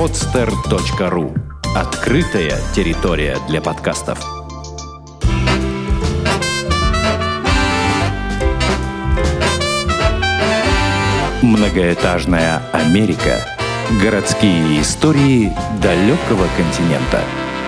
podster.ru. Открытая территория для подкастов. Многоэтажная Америка. Городские истории далекого континента.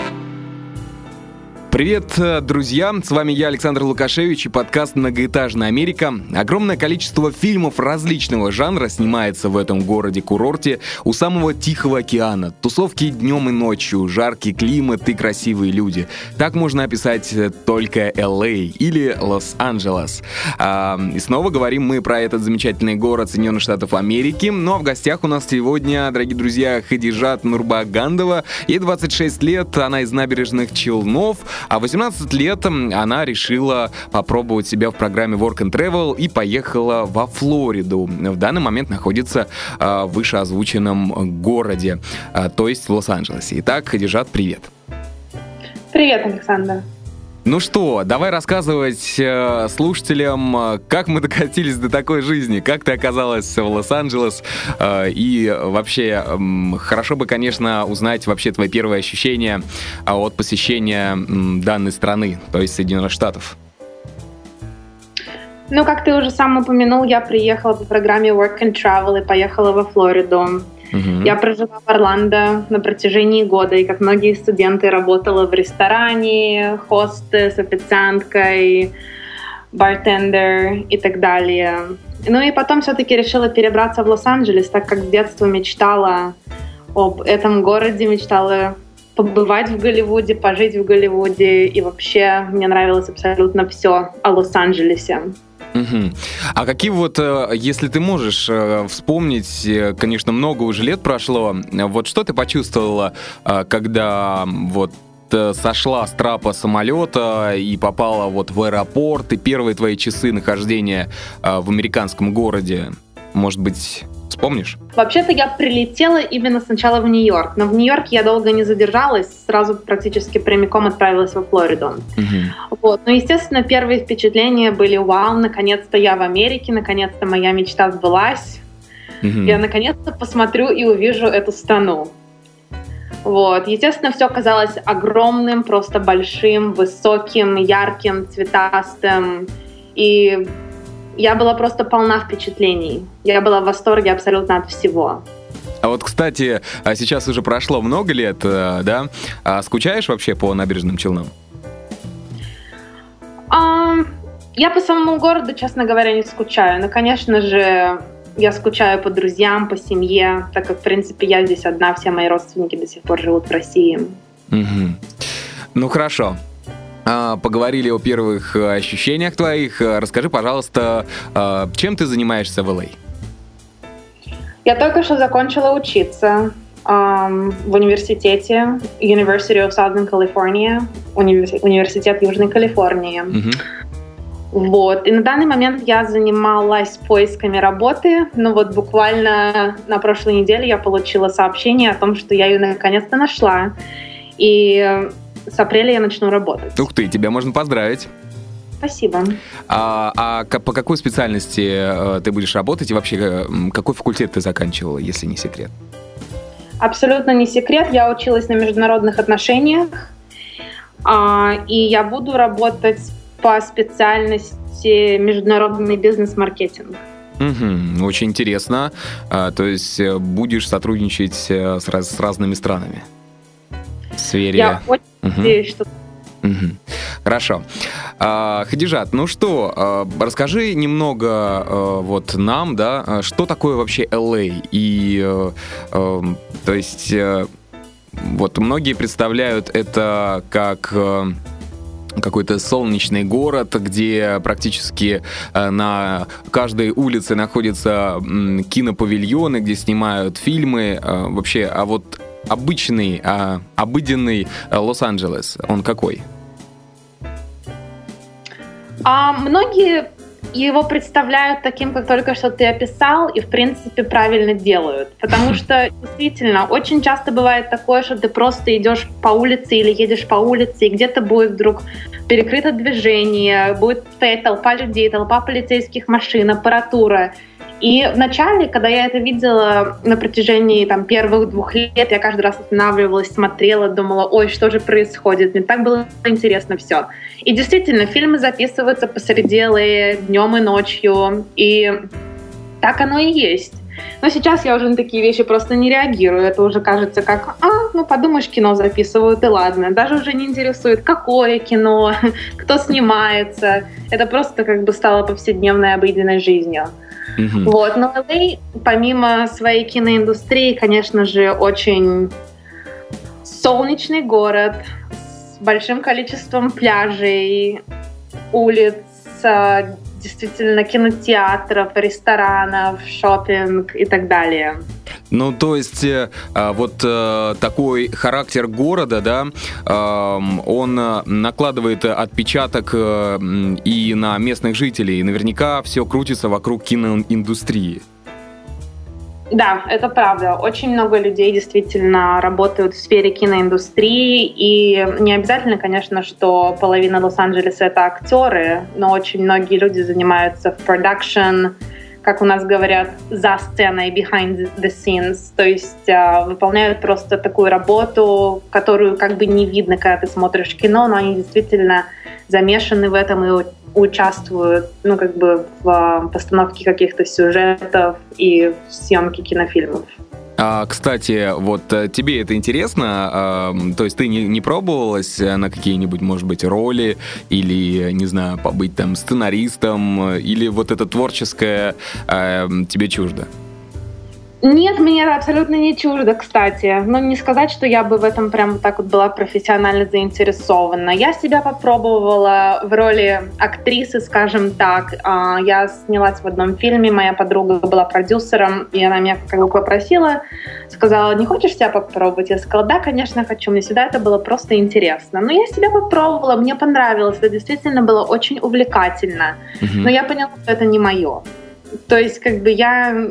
Привет, друзья! С вами я, Александр Лукашевич, и подкаст «Многоэтажная Америка». Огромное количество фильмов различного жанра снимается в этом городе-курорте у самого Тихого океана. Тусовки днем и ночью, жаркий климат и красивые люди. Так можно описать только Л.А. или Лос-Анджелес. И снова говорим мы про этот замечательный город Соединенных Штатов Америки. Ну а в гостях у нас сегодня, дорогие друзья, Хадижат Нурбагандова. Ей 26 лет, она из Набережных Челнов. А в 18 лет она решила попробовать себя в программе Work and Travel и поехала во Флориду. В данный момент находится в вышеозвученном городе, то есть в Лос-Анджелесе. Итак, Хадижат, привет. Привет, Александр. Ну что, давай рассказывать слушателям, как мы докатились до такой жизни, как ты оказалась в Лос-Анджелес, и вообще, хорошо бы, конечно, узнать вообще твои первые ощущения от посещения данной страны, то есть Соединенных Штатов. Ну, как ты уже сам упомянул, я приехала по программе Work and Travel и поехала во Флориду. Я прожила в Орландо на протяжении года, и, как многие студенты, работала в ресторане, хостес, официанткой, бартендер и так далее. Ну и потом все-таки решила перебраться в Лос-Анджелес, так как с детства мечтала об этом городе, мечтала побывать в Голливуде, пожить в Голливуде, и вообще мне нравилось абсолютно все о Лос-Анджелесе. А какие вот, если ты можешь вспомнить, конечно, много уже лет прошло, вот что ты почувствовала, когда вот сошла с трапа самолета и попала вот в аэропорт, и первые твои часы нахождения в американском городе, может быть, вспомнишь? Вообще-то я прилетела именно сначала в Нью-Йорк, но в Нью-Йорке я долго не задержалась, сразу практически прямиком отправилась во Флориду. Вот. Ну, естественно, первые впечатления были: вау, наконец-то я в Америке, наконец-то моя мечта сбылась. Я наконец-то посмотрю и увижу эту страну. Вот. Естественно, все казалось огромным, просто большим, высоким, ярким, цветастым. И я была просто полна впечатлений. Я была в восторге абсолютно от всего. А вот, кстати, сейчас уже прошло много лет, да? А скучаешь вообще по Набережным Челнам? Я по самому городу, честно говоря, не скучаю. Но, конечно же, я скучаю по друзьям, по семье, так как, в принципе, я здесь одна, все мои родственники до сих пор живут в России. Ну, хорошо. Поговорили о первых ощущениях твоих. Расскажи, пожалуйста, чем ты занимаешься в Л.А.? Я только что закончила учиться в университете University of Southern California, университет Южной Калифорнии. Вот. И на данный момент я занималась поисками работы, но вот буквально на прошлой неделе я получила сообщение о том, что я ее наконец-то нашла. И с апреля я начну работать. Ух ты, тебя можно поздравить. Спасибо. По какой специальности ты будешь работать? И вообще, какой факультет ты заканчивала, если не секрет? Абсолютно не секрет. Я училась на международных отношениях. И я буду работать по специальности международный бизнес-маркетинг. Очень интересно. То есть будешь сотрудничать с разными странами? В сфере... Я очень надеюсь, что... Хорошо. Хадижат, ну что, расскажи немного вот нам, да, что такое вообще Л.А. И, то есть, вот многие представляют это как какой-то солнечный город, где практически на каждой улице находятся кинопавильоны, где снимают фильмы. Вообще, а вот обыденный Лос-Анджелес, он какой? Многие его представляют таким, как только что ты описал, и, в принципе, правильно делают. Потому что, действительно, очень часто бывает такое, что ты просто идешь по улице или едешь по улице, и где-то будет вдруг перекрыто движение, будет стоять толпа людей, толпа полицейских машин, аппаратура. И вначале, когда я это видела на протяжении первых 2 лет, я каждый раз останавливалась, смотрела, думала, ой, что же происходит, мне так было интересно все. И действительно, фильмы записываются посреди LA днем и ночью, и так оно и есть. Но сейчас я уже на такие вещи просто не реагирую. Это уже кажется как, подумаешь, кино записывают, и ладно. Даже уже не интересует, какое кино, кто снимается. Это просто стало повседневной обыденной жизнью. Mm-hmm. Вот. Но LA, помимо своей киноиндустрии, конечно же, очень солнечный город с большим количеством пляжей, улиц, действительно кинотеатров, ресторанов, шопинг и так далее. Ну, то есть, такой характер города, да, он накладывает отпечаток и на местных жителей. И наверняка все крутится вокруг киноиндустрии. Да, это правда. Очень много людей действительно работают в сфере киноиндустрии, и не обязательно, конечно, что половина Лос-Анджелеса — это актеры, но очень многие люди занимаются в продакшн, как у нас говорят, за сценой, behind the scenes, то есть выполняют просто такую работу, которую не видно, когда ты смотришь кино, но они действительно замешаны в этом и участвуют, в постановке каких-то сюжетов и в съемке кинофильмов. Кстати, вот тебе это интересно? То есть ты не пробовалась на какие-нибудь, может быть, роли или, не знаю, побыть там сценаристом, или вот это творческое тебе чуждо? Нет, мне это абсолютно не чуждо, кстати. Но не сказать, что я бы в этом прям была профессионально заинтересована. Я себя попробовала в роли актрисы, скажем так. Я снялась в одном фильме, моя подруга была продюсером, и она меня попросила, сказала, не хочешь себя попробовать? Я сказала, да, конечно, хочу. Мне всегда это было просто интересно. Но я себя попробовала, мне понравилось. Это действительно было очень увлекательно. Но я поняла, что это не мое. То есть, я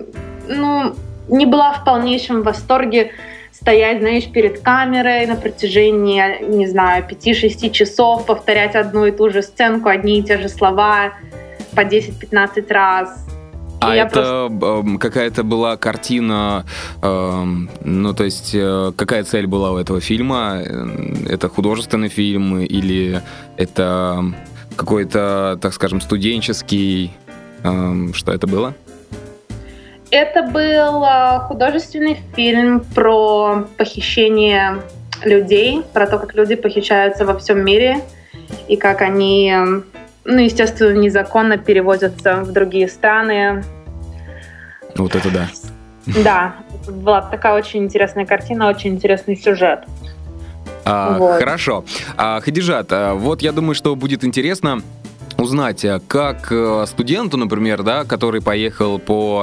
не была в полнейшем восторге стоять, перед камерой на протяжении, 5-6 часов, повторять одну и ту же сценку, одни и те же слова по 10-15 раз. А это какая-то была картина, то есть какая цель была у этого фильма? Это художественный фильм или это какой-то, так скажем, студенческий? Что это было? Это был художественный фильм про похищение людей, про то, как люди похищаются во всем мире и как они, естественно, незаконно перевозятся в другие страны. Вот это да. Да, была такая очень интересная картина, очень интересный сюжет. Хорошо. Хадижат, вот я думаю, что будет интересно узнать, как студенту, например, да, который поехал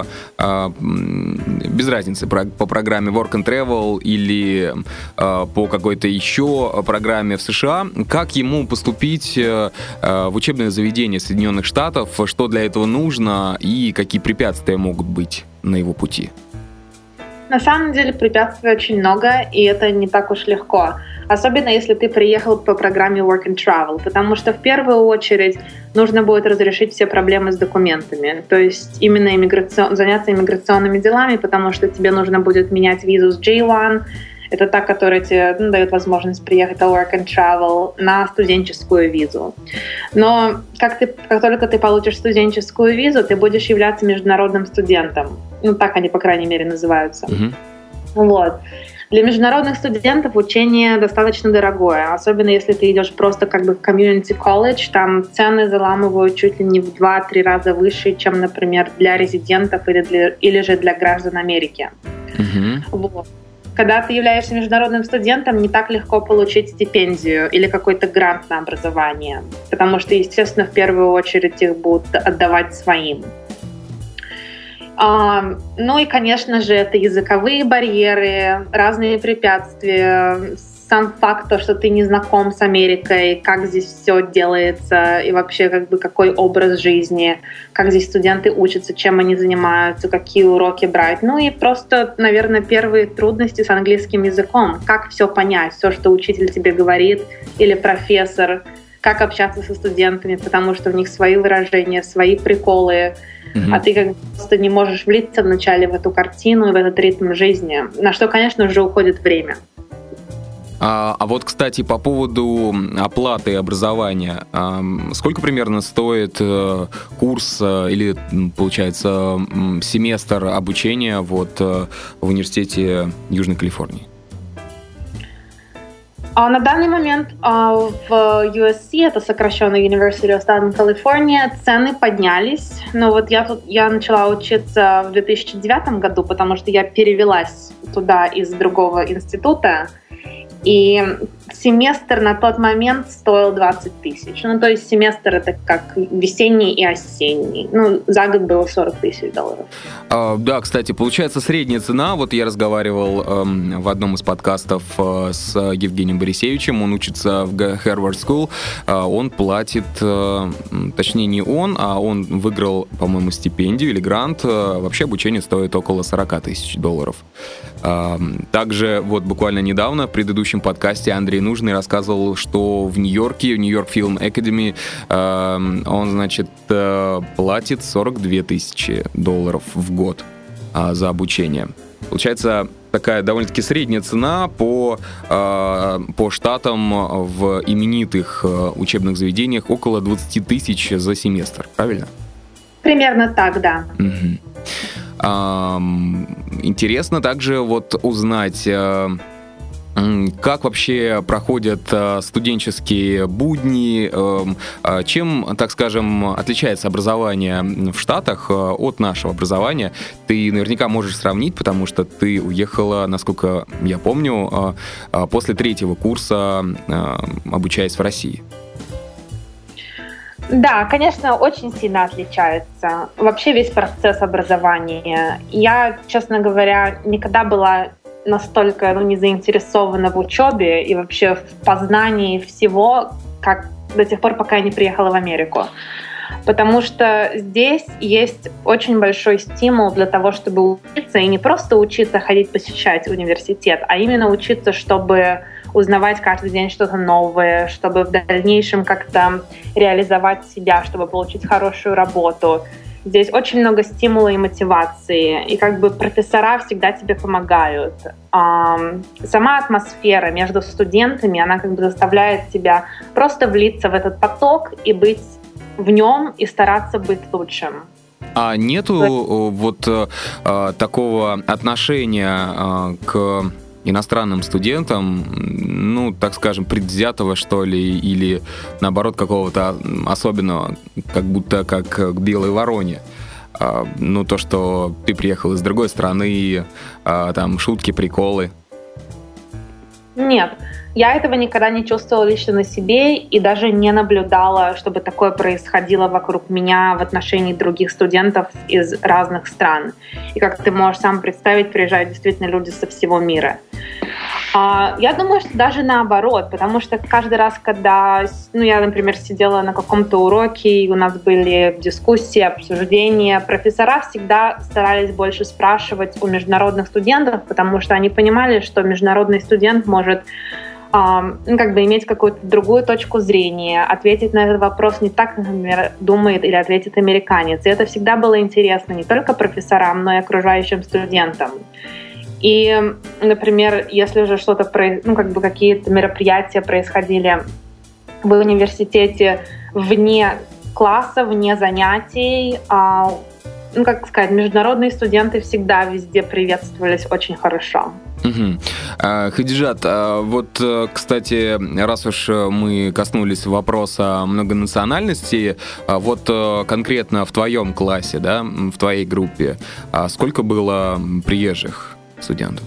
без разницы, по программе Work and Travel или по какой-то еще программе в США, как ему поступить в учебное заведение Соединенных Штатов, что для этого нужно и какие препятствия могут быть на его пути? На самом деле препятствий очень много, и это не так уж легко. Особенно если ты приехал по программе Work and Travel, потому что в первую очередь нужно будет разрешить все проблемы с документами. То есть именно заняться иммиграционными делами, потому что тебе нужно будет менять визу с J1. Это та, которая тебе дает возможность приехать на Work and Travel на студенческую визу. Но как только ты получишь студенческую визу, ты будешь являться международным студентом. Так они, по крайней мере, называются. Вот. Для международных студентов учение достаточно дорогое, особенно если ты идешь просто в community college, там цены заламывают чуть ли не в 2-3 раза выше, чем, например, для резидентов или же для граждан Америки. Вот. Когда ты являешься международным студентом, не так легко получить стипендию или какой-то грант на образование, потому что, естественно, в первую очередь их будут отдавать своим. И, конечно же, это языковые барьеры, разные препятствия, сам факт, что ты не знаком с Америкой, как здесь все делается и вообще какой образ жизни, как здесь студенты учатся, чем они занимаются, какие уроки брать. И просто, наверное, первые трудности с английским языком. Как все понять, все, что учитель тебе говорит или профессор, как общаться со студентами, потому что у них свои выражения, свои приколы. а ты как бы просто не можешь влиться вначале в эту картину и в этот ритм жизни, на что, конечно же, уходит время. А вот, кстати, по поводу оплаты образования, сколько примерно стоит курс или, получается, семестр обучения вот в университете Южной Калифорнии? На данный момент в USC, это сокращенно University of Southern California, цены поднялись. Но вот я начала учиться в 2009 году, потому что я перевелась туда из другого института. И семестр на тот момент стоил 20 тысяч. Ну, то есть семестр — это как весенний и осенний. Ну, за год было $40 тысяч. Да, кстати, получается средняя цена. Вот я разговаривал в одном из подкастов с Евгением Борисевичем. Он учится в Harvard School. Он платит, точнее не он, а он выиграл, по-моему, стипендию или грант. Вообще обучение стоит около $40 тысяч. Также вот буквально недавно в предыдущем подкасте Андрей Нужный рассказывал, что в Нью-Йорке, Нью-Йорк Film Academy, он, значит, платит $42 тысячи в год за обучение. Получается, такая довольно-таки средняя цена по штатам в именитых учебных заведениях, около 20 тысяч за семестр, правильно? Примерно так, да. Интересно также вот узнать, как вообще проходят студенческие будни, чем, так скажем, отличается образование в Штатах от нашего образования. Ты наверняка можешь сравнить, потому что ты уехала, насколько я помню, после 3-го курса, обучаясь в России. Да, конечно, очень сильно отличается. Вообще весь процесс образования. Я, честно говоря, никогда была настолько не заинтересована в учебе и вообще в познании всего, как до тех пор, пока я не приехала в Америку. Потому что здесь есть очень большой стимул для того, чтобы учиться, и не просто учиться ходить посещать университет, а именно учиться, чтобы узнавать каждый день что-то новое, чтобы в дальнейшем как-то реализовать себя, чтобы получить хорошую работу. Здесь очень много стимула и мотивации, и как бы профессора всегда тебе помогают. Сама атмосфера между студентами, она как бы заставляет тебя просто влиться в этот поток и быть в нем, и стараться быть лучшим. А нету вот такого отношения к иностранным студентам, ну, так скажем, предвзятого, что ли, или, наоборот, какого-то особенного, как будто как к белой вороне? Ну, то, что ты приехал из другой страны, там, шутки, приколы. Нет, я этого никогда не чувствовала лично на себе и даже не наблюдала, чтобы такое происходило вокруг меня в отношении других студентов из разных стран. И как ты можешь сам представить, приезжают действительно люди со всего мира. Я думаю, что даже наоборот, потому что каждый раз, когда я, например, сидела на каком-то уроке, и у нас были дискуссии, обсуждения, профессора всегда старались больше спрашивать у международных студентов, потому что они понимали, что международный студент может как бы иметь какую-то другую точку зрения, ответить на этот вопрос не так, как, например, думает или ответит американец. И это всегда было интересно не только профессорам, но и окружающим студентам. И, например, если уже что-то, какие-то мероприятия происходили в университете вне класса, вне занятий, международные студенты всегда везде приветствовались очень хорошо. Хадижат, вот, кстати, раз уж мы коснулись вопроса многонациональности, вот конкретно в твоем классе, да, в твоей группе, сколько было приезжих студентов?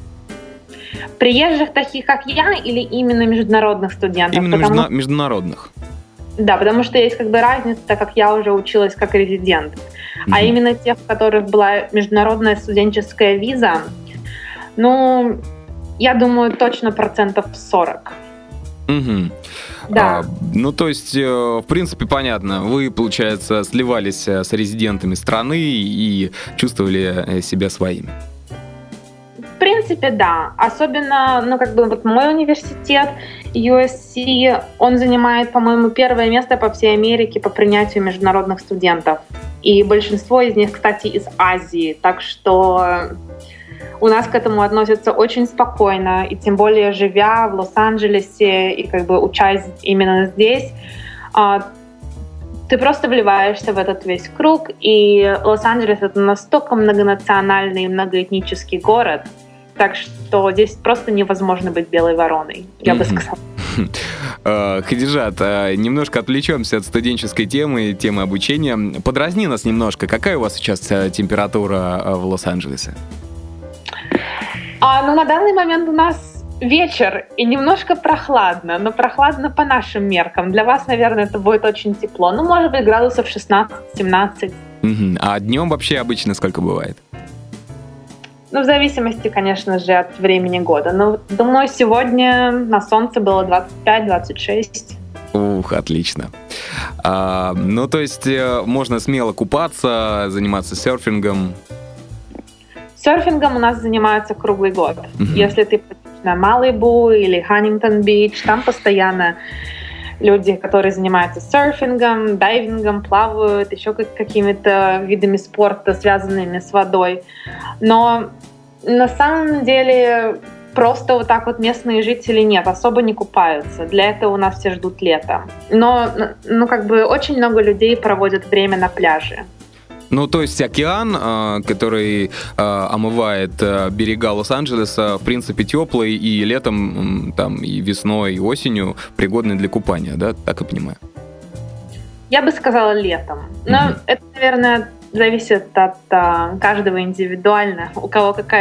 Приезжих таких, как я, или именно международных студентов? Именно международных. Да, потому что есть как бы разница, так как я уже училась как резидент. А именно тех, у которых была международная студенческая виза, я думаю, точно 40%. Да. То есть, в принципе, понятно. Вы, получается, сливались с резидентами страны и чувствовали себя своими. В принципе, да. Особенно, мой университет, USC, он занимает, по-моему, первое место по всей Америке по принятию международных студентов. И большинство из них, кстати, из Азии. Так что у нас к этому относятся очень спокойно. И тем более, живя в Лос-Анджелесе и как бы учась именно здесь, ты просто вливаешься в этот весь круг. И Лос-Анджелес — это настолько многонациональный и многоэтнический город, так что здесь просто невозможно быть белой вороной, я бы сказала. Хадижат, немножко отвлечемся от студенческой темы обучения. Подразни нас немножко. Какая у вас сейчас температура в Лос-Анджелесе? На данный момент у нас вечер и немножко прохладно, но прохладно по нашим меркам. Для вас, наверное, это будет очень тепло. Может быть, градусов 16-17. А днем вообще обычно сколько бывает? В зависимости, конечно же, от времени года. Но, думаю, сегодня на солнце было 25-26. Ух, отлично. То есть можно смело купаться, заниматься серфингом? Серфингом у нас занимаются круглый год. Если ты на Малибу или Ханнингтон-Бич, там постоянно люди, которые занимаются серфингом, дайвингом, плавают, еще какими-то видами спорта, связанными с водой. Но на самом деле просто вот так вот местные жители особо не купаются. Для этого у нас все ждут лета. Но очень много людей проводят время на пляже. То есть океан, который омывает берега Лос-Анджелеса, в принципе, теплый, и летом, и весной, и осенью пригодный для купания, да? Так я понимаю? Я бы сказала летом. Но это, наверное, зависит от каждого индивидуально, у кого какая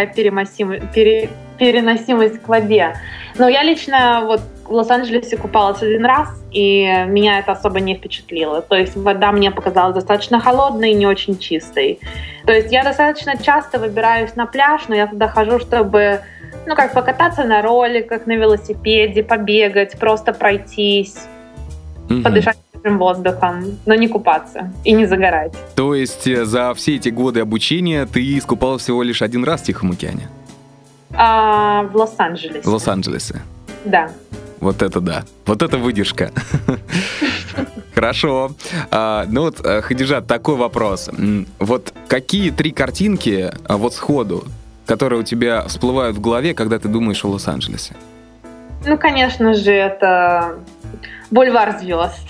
переносимость к воде. Но я лично в Лос-Анджелесе купалась один раз, и меня это особо не впечатлило. То есть вода мне показалась достаточно холодной и не очень чистой. То есть я достаточно часто выбираюсь на пляж, но я туда хожу, чтобы покататься на роликах, на велосипеде, побегать, просто пройтись, подышать свежим воздухом, но не купаться и не загорать. То есть за все эти годы обучения ты искупалась всего лишь один раз в Тихом океане? В Лос-Анджелесе. В Лос-Анджелесе? Да. Вот это да. Вот это выдержка. Хорошо. Хадижат, такой вопрос. Вот какие 3 картинки сходу, которые у тебя всплывают в голове, когда ты думаешь о Лос-Анджелесе? Конечно же, это бульвар звезд.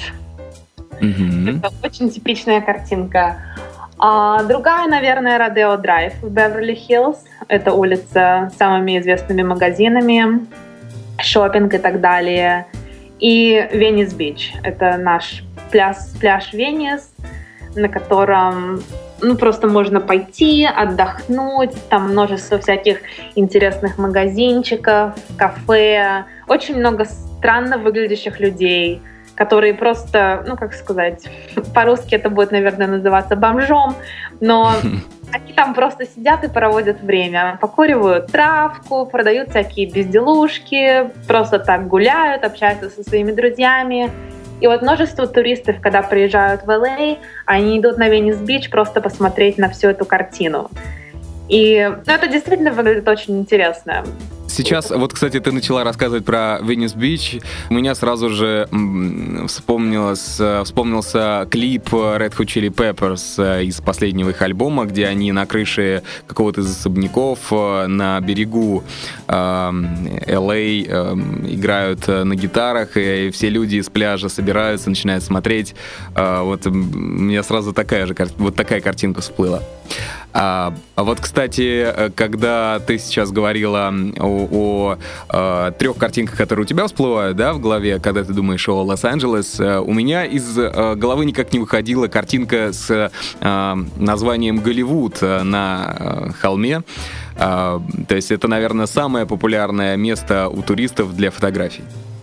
Это очень типичная картинка. Другая, наверное, Родео Драйв в Беверли-Хиллз. Это улица с самыми известными магазинами, шопинг и так далее. И Венес-Бич. Это наш пляж Венес, на котором просто можно пойти, отдохнуть. Там множество всяких интересных магазинчиков, кафе. Очень много странно выглядящих людей, которые просто, по-русски это будет, наверное, называться бомжом, но они там просто сидят и проводят время, покуривают травку, продают всякие безделушки, просто так гуляют, общаются со своими друзьями. И множество туристов, когда приезжают в Л.А., они идут на Венес-Бич просто посмотреть на всю эту картину. И это действительно выглядит очень интересно. Сейчас, кстати, ты начала рассказывать про Венес-Бич. У меня сразу же вспомнился клип Red Hot Chili Peppers из последнего их альбома, где они на крыше какого-то из особняков на берегу Л.А. играют на гитарах, и все люди из пляжа собираются, начинают смотреть. У меня сразу такая картинка всплыла. Кстати, когда ты сейчас говорила о 3 картинках, которые у тебя всплывают, да, в голове, когда ты думаешь о Лос-Анджелес, у меня из головы никак не выходила картинка с названием «Голливуд» на холме. То есть это, наверное, самое популярное место у туристов для фотографий.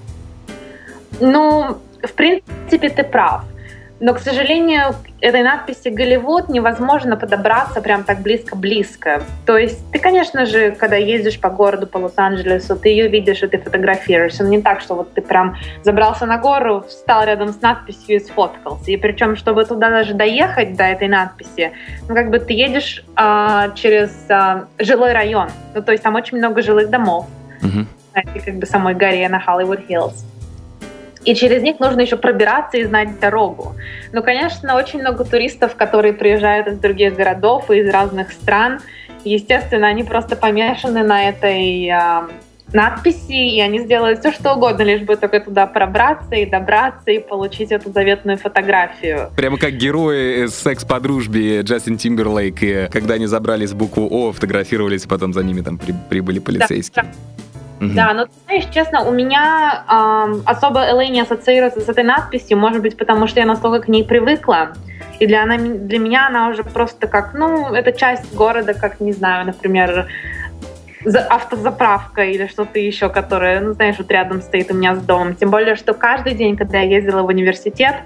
В принципе, ты прав. Но, к сожалению, к этой надписи «Голливуд» невозможно подобраться прям так близко-близко. То есть ты, конечно же, когда ездишь по городу, по Лос-Анджелесу, ты ее видишь и ты фотографируешься. Но не так, что ты прям забрался на гору, встал рядом с надписью и сфоткался. И причем, чтобы туда даже доехать, до этой надписи, ты едешь через жилой район. То есть там очень много жилых домов. На этой самой горе, на Hollywood Hills. И через них нужно еще пробираться и знать дорогу. Ну, конечно, очень много туристов, которые приезжают из других городов и из разных стран. Естественно, они просто помешаны на этой надписи, и они сделают все, что угодно, лишь бы только туда пробраться и добраться, и получить эту заветную фотографию. Прямо как герои «Секс по дружбе» Джастин Тимберлейк, и когда они забрались букву «О», фотографировались, и потом за ними там прибыли полицейские. Да, но ты знаешь, честно, у меня особо LA не ассоциируется с этой надписью, может быть, потому что я настолько к ней привыкла, и для меня она уже просто как, это часть города, как, не знаю, например, автозаправка или что-то еще, которое, знаешь, вот рядом стоит у меня с домом. Тем более, что каждый день, когда я ездила в университет,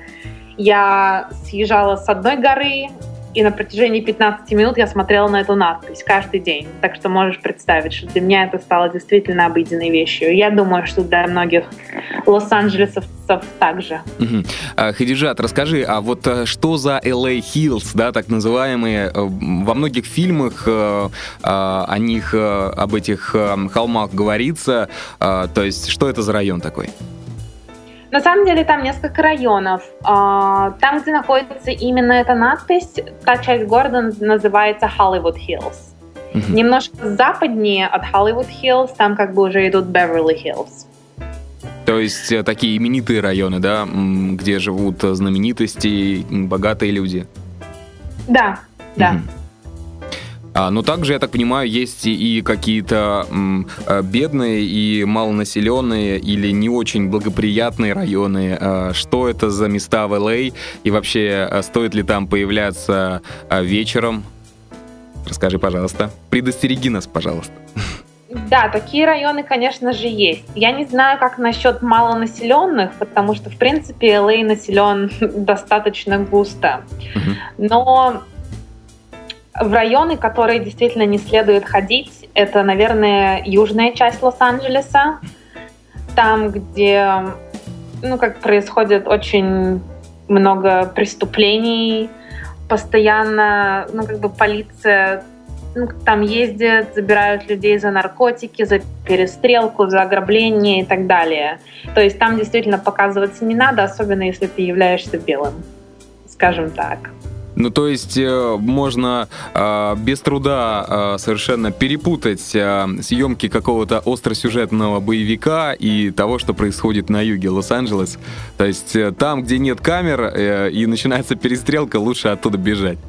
я съезжала с одной горы, и на протяжении 15 минут я смотрела на эту надпись каждый день. Так что можешь представить, что для меня это стало действительно обыденной вещью. Я думаю, что для многих лос-анджелесовцев также. Хадижат, расскажи, а вот что за LA Hills, да, так называемые? Во многих фильмах о них, об этих холмах говорится. То есть, что это за район такой? На самом деле там несколько районов. Там, где находится именно эта надпись, та часть города называется Hollywood Hills. Немножко западнее от Hollywood Hills, там как бы уже идут Beverly Hills. То есть такие именитые районы, да, где живут знаменитости, богатые люди? Да, да. Но также, я так понимаю, есть и какие-то бедные и малонаселенные или не очень благоприятные районы. Что это за места в LA? И вообще, стоит ли там появляться вечером? Расскажи, пожалуйста. Предостереги нас, пожалуйста. Да, такие районы, конечно же, есть. Я не знаю, как насчет малонаселенных, потому что, в принципе, LA населен достаточно густо. Но в районы, которые действительно не следует ходить, это, наверное, южная часть Лос-Анджелеса, там, где, происходит очень много преступлений, постоянно, полиция, там ездят, забирают людей за наркотики, за перестрелку, за ограбление и так далее. То есть там действительно показываться не надо, особенно если ты являешься белым, скажем так. То есть можно без труда совершенно перепутать съемки какого-то остросюжетного боевика и того, что происходит на юге Лос-Анджелес. То есть там, где нет камер и начинается перестрелка, лучше оттуда бежать.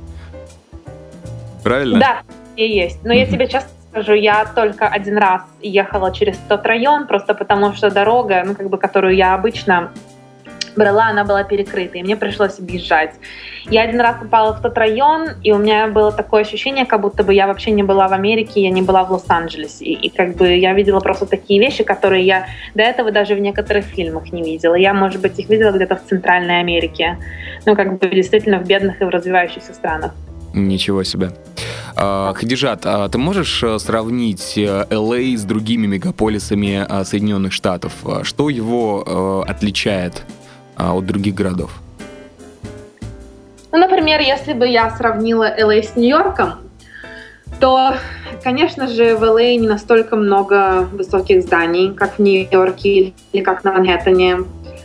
Правильно? Да, и есть. Но я тебе честно скажу, я только один раз ехала через тот район, просто потому что дорога, которую я обычно брала, она была перекрыта, и мне пришлось объезжать. Я один раз попала в тот район, и у меня было такое ощущение, как будто бы я вообще не была в Америке, я не была в Лос-Анджелесе. И я видела просто такие вещи, которые я до этого даже в некоторых фильмах не видела. Я, может быть, их видела где-то в Центральной Америке. Действительно в бедных и в развивающихся странах. Ничего себе. Хадижат, ты можешь сравнить LA с другими мегаполисами Соединенных Штатов? Что его отличает от других городов? Например, если бы я сравнила LA с Нью-Йорком, то, конечно же, в LA не настолько много высоких зданий, как в Нью-Йорке или как на Манхэттене.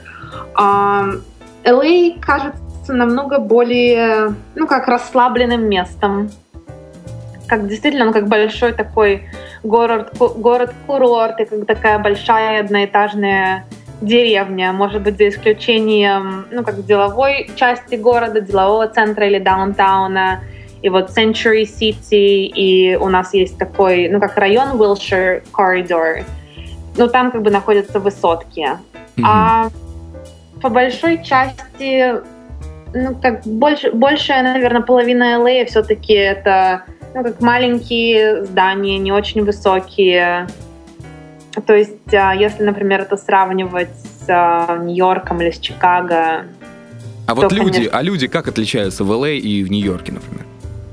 LA кажется намного более, расслабленным местом. Как действительно, как большой такой город-курорт, и как такая большая одноэтажная деревня, может быть, за исключением, деловой части города, делового центра или даунтауна, и вот Century City, и у нас есть такой, район Wilshire Corridor, там находятся высотки. А по большой части, большая, наверное, половина LA все-таки это, маленькие здания, не очень высокие. То есть, если, например, это сравнивать с Нью-Йорком или с Чикаго. А вот люди как отличаются в LA и в Нью-Йорке, например?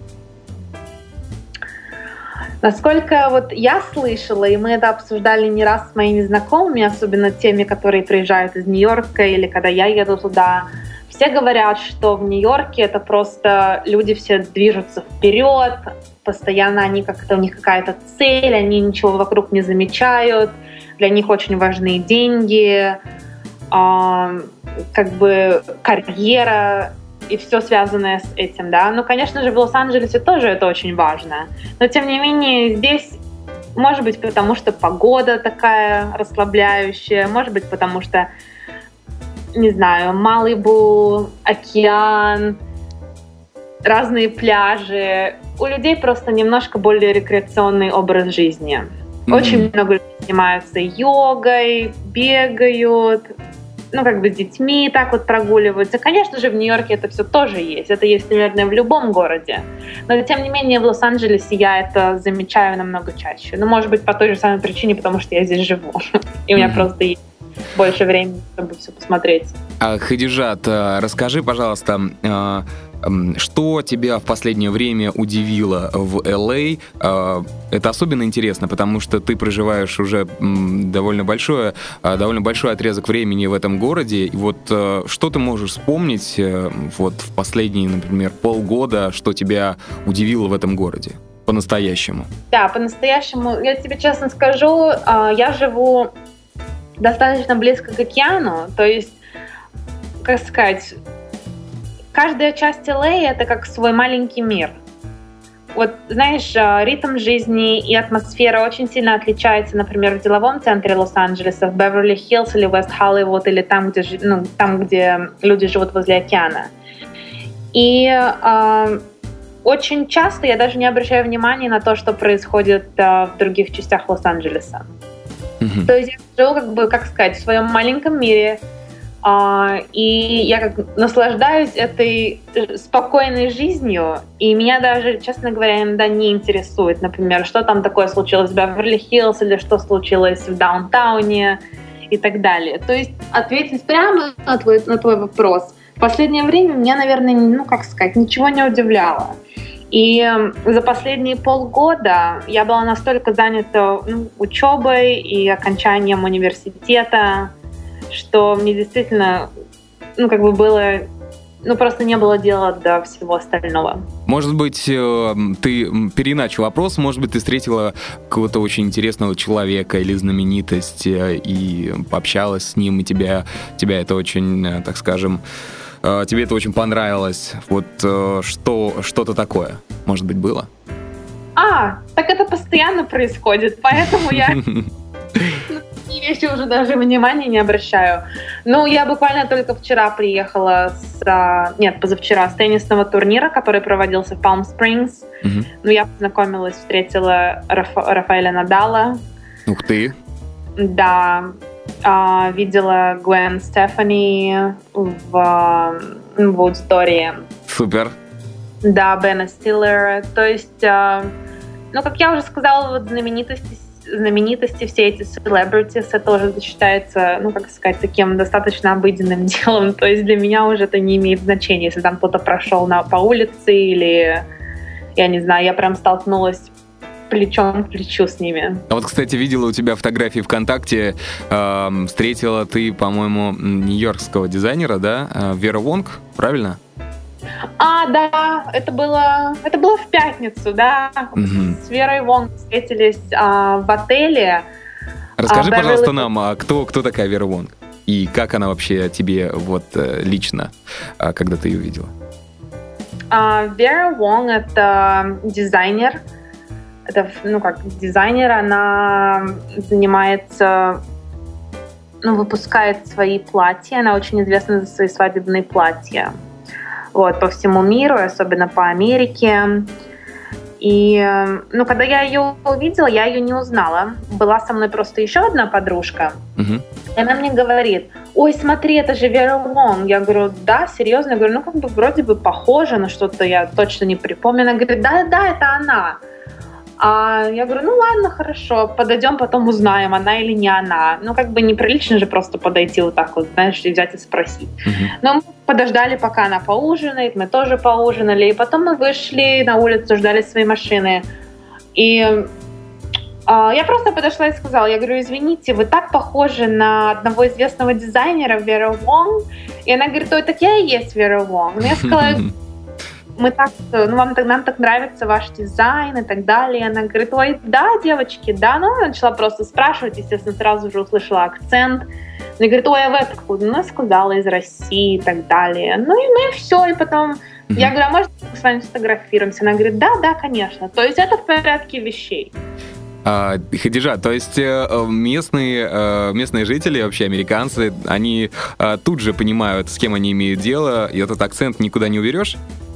Насколько я слышала, и мы это обсуждали не раз с моими знакомыми, особенно теми, которые приезжают из Нью-Йорка или когда я еду туда, все говорят, что в Нью-Йорке это просто люди все движутся вперед, постоянно у них какая-то цель, они ничего вокруг не замечают, для них очень важны деньги. как бы карьера и все связанное с этим, да. Ну, конечно же, в Лос-Анджелесе тоже это очень важно. Но, тем не менее, здесь, может быть, потому что погода такая расслабляющая, может быть, потому что, не знаю, Малибу, океан, разные пляжи. У людей просто немножко более рекреационный образ жизни. Очень много людей занимаются йогой, бегают, ну, как бы с детьми так вот прогуливаются. Конечно же, в Нью-Йорке это все тоже есть. Это есть, наверное, в любом городе. Но, тем не менее, в Лос-Анджелесе я это замечаю намного чаще. Ну, может быть, по той же самой причине, потому что я здесь живу. И у меня просто есть больше времени, чтобы все посмотреть. Хадижат, расскажи, пожалуйста, что тебя в последнее время удивило в Л.А.? Это особенно интересно, потому что ты проживаешь уже довольно большой отрезок времени в этом городе. И вот что ты можешь вспомнить вот в последние, например, полгода, что тебя удивило в этом городе по-настоящему? Да, по-настоящему. Я тебе честно скажу, я живу достаточно близко к океану, то есть, как сказать, каждая часть Л.А. это как свой маленький мир. Вот, знаешь, ритм жизни и атмосфера очень сильно отличается, например, в деловом центре Лос-Анджелеса, в Беверли-Хиллз или Вест-Холливуд, или там, где люди живут возле океана. И очень часто я даже не обращаю внимания на то, что происходит в других частях Лос-Анджелеса. То есть я живу, как сказать, в своем маленьком мире, и я наслаждаюсь этой спокойной жизнью, и меня даже, честно говоря, иногда не интересует, например, что там такое случилось в Беверли-Хиллз или что случилось в даунтауне и так далее. То есть ответить прямо на твой вопрос. В последнее время меня, наверное, ничего не удивляло. И за последние полгода я была настолько занята учебой и окончанием университета, что мне действительно, было, просто не было дела до всего остального. Может быть, ты переиначу вопрос, может быть, ты встретила какого-то очень интересного человека или знаменитость и пообщалась с ним, и тебя это очень, так скажем, тебе это очень понравилось. Вот что-то такое, может быть, было? Так это постоянно происходит, поэтому я такие вещи уже даже внимания не обращаю. Я буквально только вчера приехала позавчера с теннисного турнира, который проводился в Палм-Спрингс. Я познакомилась, встретила Рафаэля Надала. Ух ты! Да. Видела Гвен Стефани в аудитории. Супер. Да, Бена Стиллера. То есть, как я уже сказала, вот знаменитости, все эти celebrities, это уже считается, таким достаточно обыденным делом. То есть для меня уже это не имеет значения, если там кто-то прошел по улице или, я не знаю, я прям столкнулась плечом к плечу с ними. А вот, кстати, видела у тебя фотографии ВКонтакте, встретила ты, по-моему, нью-йоркского дизайнера, да? Вера Вонг, правильно? Да, это было в пятницу, да. С Верой Вонг встретились в отеле. Расскажи, пожалуйста, нам, кто такая Вера Вонг? И как она вообще тебе лично, когда ты ее видела? Вера Вонг — это дизайнер. Дизайнер, она занимается, выпускает свои платья. Она очень известна за свои свадебные платья. По всему миру, особенно по Америке. И, когда я ее увидела, я ее не узнала. Была со мной просто еще одна подружка. И она мне говорит: ой, смотри, это же Вера Вонг. Я говорю: да, серьезно? Я говорю, вроде бы похоже на что-то, я точно не припомню. Она говорит: да, это она. Я говорю: ладно, хорошо, подойдем, потом узнаем, она или не она. Неприлично же просто подойти вот так вот, знаешь, и взять и спросить. Но мы подождали, пока она поужинает, мы тоже поужинали, и потом мы вышли на улицу, ждали своей машины. И я просто подошла и сказала, я говорю: извините, вы так похожи на одного известного дизайнера, Вера Вонг. И она говорит: ой, так я и есть Вера Вонг. Но я сказала: нам так нравится ваш дизайн и так далее. Она говорит: ой, да, девочки, да. Она начала просто спрашивать, естественно, сразу же услышала акцент. Она говорит, ой, а вы откуда? Ну, я сказала, из России и так далее. Ну и все, и потом... Я говорю, а может, мы с вами сфотографируемся? Она говорит, да, конечно. То есть это в порядке вещей. Хадижа, то есть местные жители, вообще американцы, они тут же понимают, с кем они имеют дело, и этот акцент никуда не уберешь?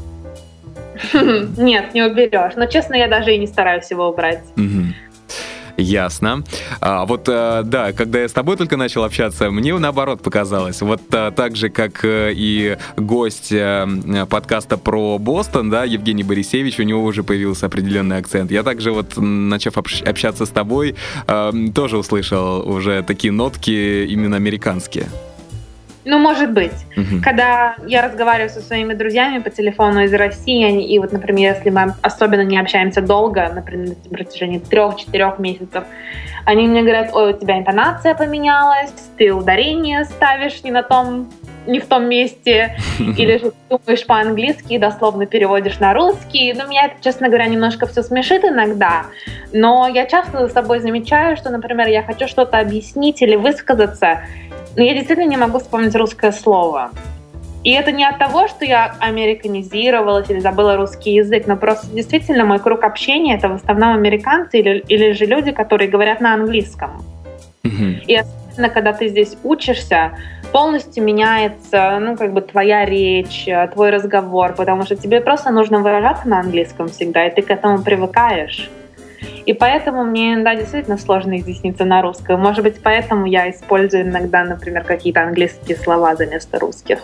Нет, не уберешь. Но, честно, я даже и не стараюсь его убрать. Ясно. Да, когда я с тобой только начал общаться, мне наоборот показалось. Вот так же, как и гость подкаста про Бостон, да, Евгений Борисевич, у него уже появился определенный акцент. Я также вот, начав общаться с тобой, тоже услышал уже такие нотки именно американские. Ну, может быть. Когда я разговариваю со своими друзьями по телефону из России, и вот, например, если мы особенно не общаемся долго, например, на протяжении 3-4 месяцев, они мне говорят, ой, у тебя интонация поменялась, ты ударение ставишь не в том месте, или же ты думаешь по-английски и дословно переводишь на русский. Ну, меня это, честно говоря, немножко все смешит иногда, но я часто за собой замечаю, что, например, я хочу что-то объяснить или высказаться, но я действительно не могу вспомнить русское слово. И это не от того, что я американизировалась или забыла русский язык, но просто действительно мой круг общения — это в основном американцы или же люди, которые говорят на английском. И особенно, когда ты здесь учишься, полностью меняется, твоя речь, твой разговор, потому что тебе просто нужно выражаться на английском всегда, и ты к этому привыкаешь. И поэтому мне иногда действительно сложно изъясниться на русском. Может быть, поэтому я использую иногда, например, какие-то английские слова вместо русских.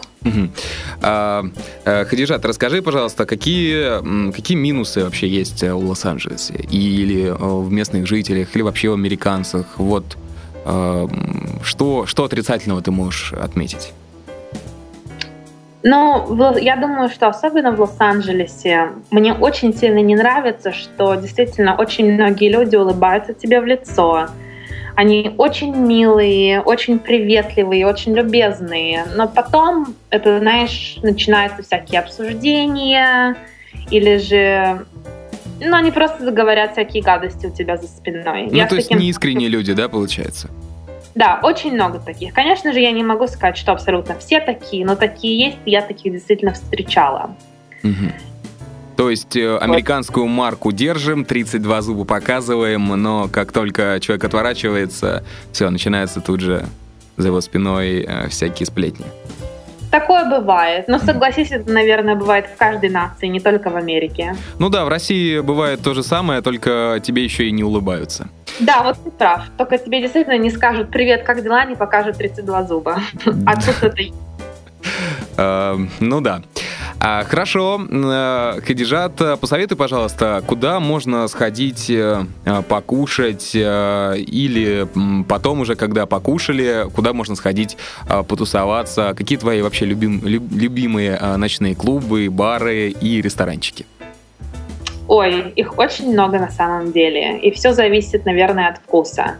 Хадижат, расскажи, пожалуйста, какие минусы вообще есть в Лос-Анджелесе? Или в местных жителях, или вообще в американцах? Вот что отрицательного ты можешь отметить? Ну, я думаю, что особенно в Лос-Анджелесе мне очень сильно не нравится, что действительно очень многие люди улыбаются тебе в лицо. Они очень милые, очень приветливые, очень любезные. Но потом, это, знаешь, начинаются всякие обсуждения, или же... они просто говорят всякие гадости у тебя за спиной. То есть неискренние люди, да, получается? Да, очень много таких. Конечно же, я не могу сказать, что абсолютно все такие, но такие есть, и я таких действительно встречала. То есть американскую марку держим, 32 зуба показываем, но как только человек отворачивается, все, начинается тут же за его спиной всякие сплетни. Такое бывает, но согласись, это, наверное, бывает в каждой нации, не только в Америке. Ну да, в России бывает то же самое, только тебе еще и не улыбаются. Да, вот ты прав. Только тебе действительно не скажут «Привет, как дела?», не покажут 32 зуба. А тут это... Ну да. Хорошо. Хадижат, посоветуй, пожалуйста, куда можно сходить покушать или потом уже, когда покушали, куда можно сходить потусоваться? Какие твои вообще любимые ночные клубы, бары и ресторанчики? Ой, их очень много на самом деле. И все зависит, наверное, от вкуса.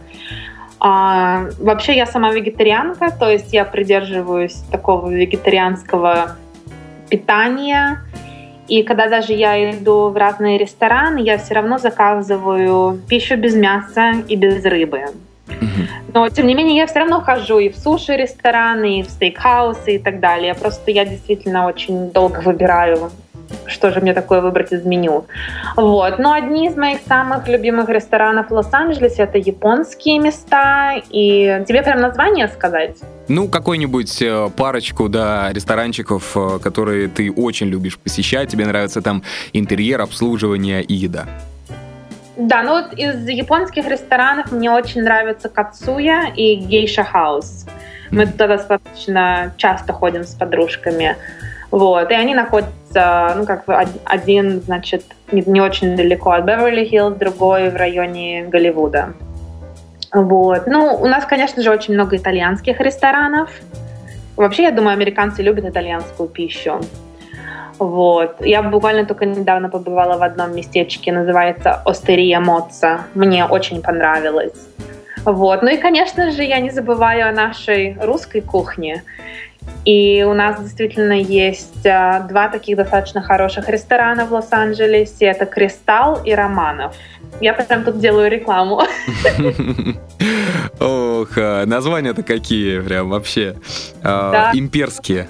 Вообще я сама вегетарианка, то есть я придерживаюсь такого вегетарианского питания. И когда даже я иду в разные рестораны, я все равно заказываю пищу без мяса и без рыбы. Но, тем не менее, я все равно хожу и в суши-рестораны, и в стейкхаусы и так далее. Я действительно очень долго выбираю, что же мне такое выбрать из меню. Вот. Но одни из моих самых любимых ресторанов в Лос-Анджелесе — это японские места. И тебе прям название сказать? Ну, какой-нибудь парочку, да, ресторанчиков, которые ты очень любишь посещать. Тебе нравится там интерьер, обслуживание и еда. Да, ну вот из японских ресторанов мне очень нравятся Кацуя и Гейша Хаус. Мы туда достаточно часто ходим с подружками. Вот, и они находятся, один, значит, не очень далеко от Беверли-Хиллз, другой в районе Голливуда. Вот. Ну, у нас, конечно же, очень много итальянских ресторанов. Вообще, я думаю, американцы любят итальянскую пищу. Вот. Я буквально только недавно побывала в одном местечке, называется Остерия Моцца. Мне очень понравилось. Вот. Ну и, конечно же, я не забываю о нашей русской кухне. И у нас действительно есть 2 таких достаточно хороших ресторана в Лос-Анджелесе. Это «Кристалл» и «Романов». Я прям тут делаю рекламу. Ох, названия-то какие прям вообще имперские.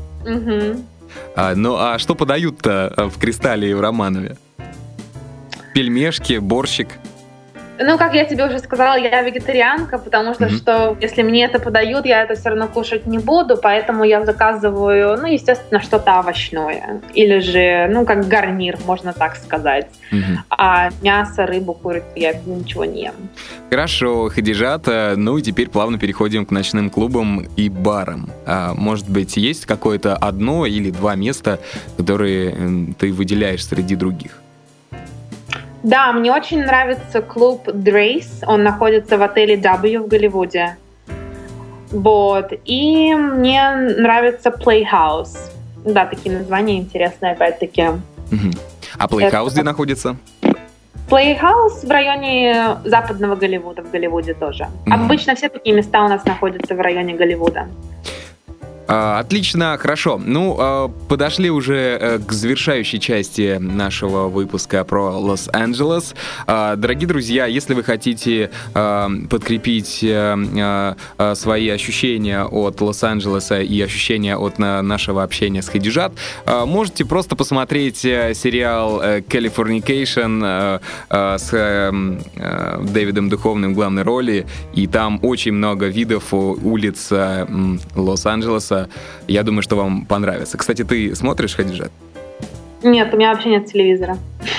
Ну а что подают-то в «Кристалле» и в «Романове»? Пельмешки, борщик? Ну, как я тебе уже сказала, я вегетарианка, потому что, если мне это подают, я это все равно кушать не буду, поэтому я заказываю, естественно, что-то овощное. Или же, как гарнир, можно так сказать. А мясо, рыбу, курицу я ничего не ем. Хорошо, Хадижат, и теперь плавно переходим к ночным клубам и барам. Может быть, есть какое-то 1 или 2 места, которые ты выделяешь среди других? Да, мне очень нравится клуб Drace. Он находится в отеле W в Голливуде. Вот. И мне нравится Playhouse. Да, такие названия интересные, опять-таки. А Playhouse где находится? Playhouse в районе западного Голливуда, в Голливуде тоже. Обычно все такие места у нас находятся в районе Голливуда. Отлично, хорошо. Подошли уже к завершающей части нашего выпуска про Лос-Анджелес. Дорогие друзья, если вы хотите подкрепить свои ощущения от Лос-Анджелеса и ощущения от нашего общения с Хадижат, можете просто посмотреть сериал «Californication» с Дэвидом Духовным в главной роли, и там очень много видов улиц Лос-Анджелеса. Я думаю, что вам понравится. Кстати, ты смотришь, Хадижат? Нет, у меня вообще нет телевизора.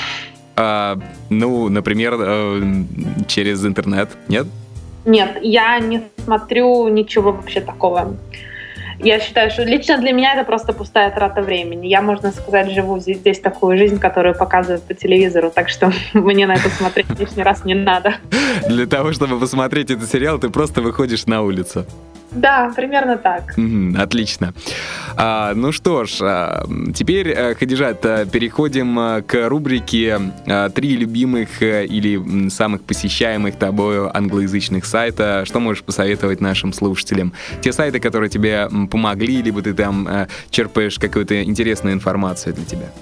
Например, через интернет, нет? Нет, я не смотрю ничего вообще такого. Я считаю, что лично для меня это просто пустая трата времени. Я, можно сказать, живу здесь такую жизнь, которую показывают по телевизору, так что мне на это смотреть лишний раз не надо. Для того, чтобы посмотреть этот сериал, ты просто выходишь на улицу. Да, примерно так. Отлично. Что ж, теперь, Хадижат, переходим к рубрике «Три любимых или самых посещаемых тобою англоязычных сайта». Что можешь посоветовать нашим слушателям? Те сайты, которые тебе помогли, либо ты там черпаешь какую-то интересную информацию для тебя?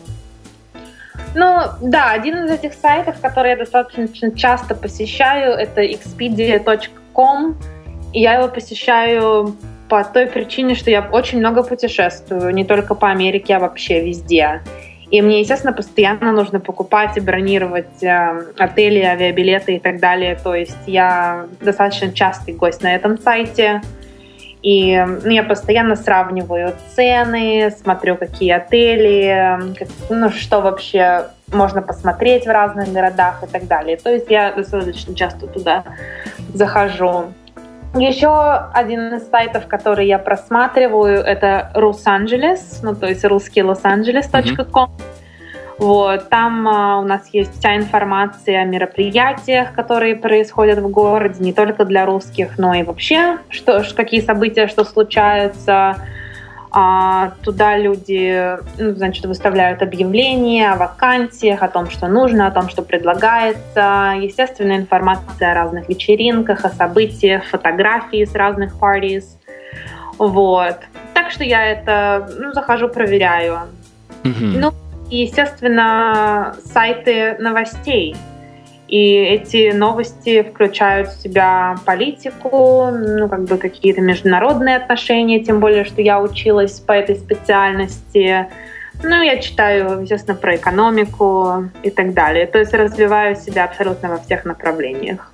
Один из этих сайтов, который я достаточно часто посещаю, это expedia.com. И я его посещаю по той причине, что я очень много путешествую, не только по Америке, а вообще везде. И мне, естественно, постоянно нужно покупать и бронировать отели, авиабилеты и так далее. То есть я достаточно частый гость на этом сайте. И я постоянно сравниваю цены, смотрю, какие отели, что вообще можно посмотреть в разных городах и так далее. То есть я достаточно часто туда захожу. Еще один из сайтов, который я просматриваю, это Рус-Анджелес, то есть русский Лос-Анджелес.com. Вот, там у нас есть вся информация о мероприятиях, которые происходят в городе, не только для русских, но и вообще, какие события, что случаются. Туда люди, выставляют объявления о вакансиях, о том, что нужно, о том, что предлагается. Естественно, информация о разных вечеринках, о событиях, фотографии с разных parties. Вот. Так что я это захожу, проверяю. И, естественно, сайты новостей. И эти новости включают в себя политику, какие-то международные отношения, тем более, что я училась по этой специальности. Я читаю, естественно, про экономику и так далее. То есть развиваю себя абсолютно во всех направлениях.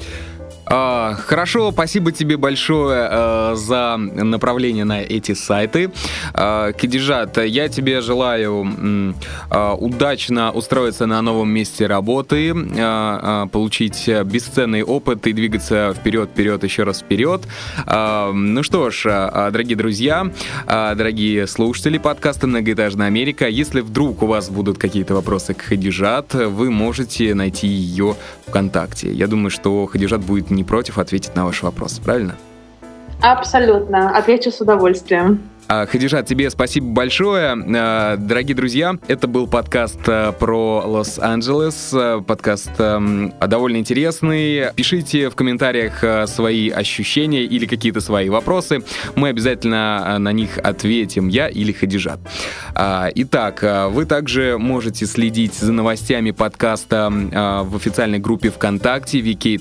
Хорошо, спасибо тебе большое за направление на эти сайты. Хадижат, я тебе желаю удачно устроиться на новом месте работы, получить бесценный опыт и двигаться вперед, еще раз вперед. Что ж, дорогие друзья, дорогие слушатели подкаста «Многоэтажная Америка», если вдруг у вас будут какие-то вопросы к Хадижат, вы можете найти ее ВКонтакте. Я думаю, что Хадижат будет не против ответить на ваш вопрос, правильно? Абсолютно. Отвечу с удовольствием. Хадижат, тебе спасибо большое. Дорогие друзья, это был подкаст про Лос-Анджелес. Подкаст довольно интересный. Пишите в комментариях свои ощущения или какие-то свои вопросы. Мы обязательно на них ответим, я или Хадижат. Итак, вы также можете следить за новостями подкаста в официальной группе ВКонтакте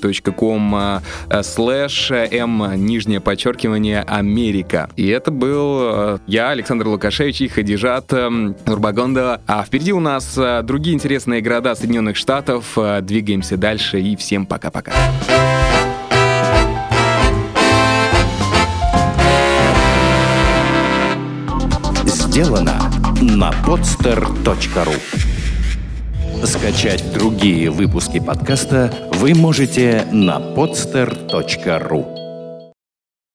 vk.com/m_Америка. И это был я, Александр Лукашевич, и Хадижат Нурбагондова. А впереди у нас другие интересные города Соединенных Штатов. Двигаемся дальше и всем пока-пока. Сделано на podster.ru. Скачать другие выпуски подкаста вы можете на podster.ru.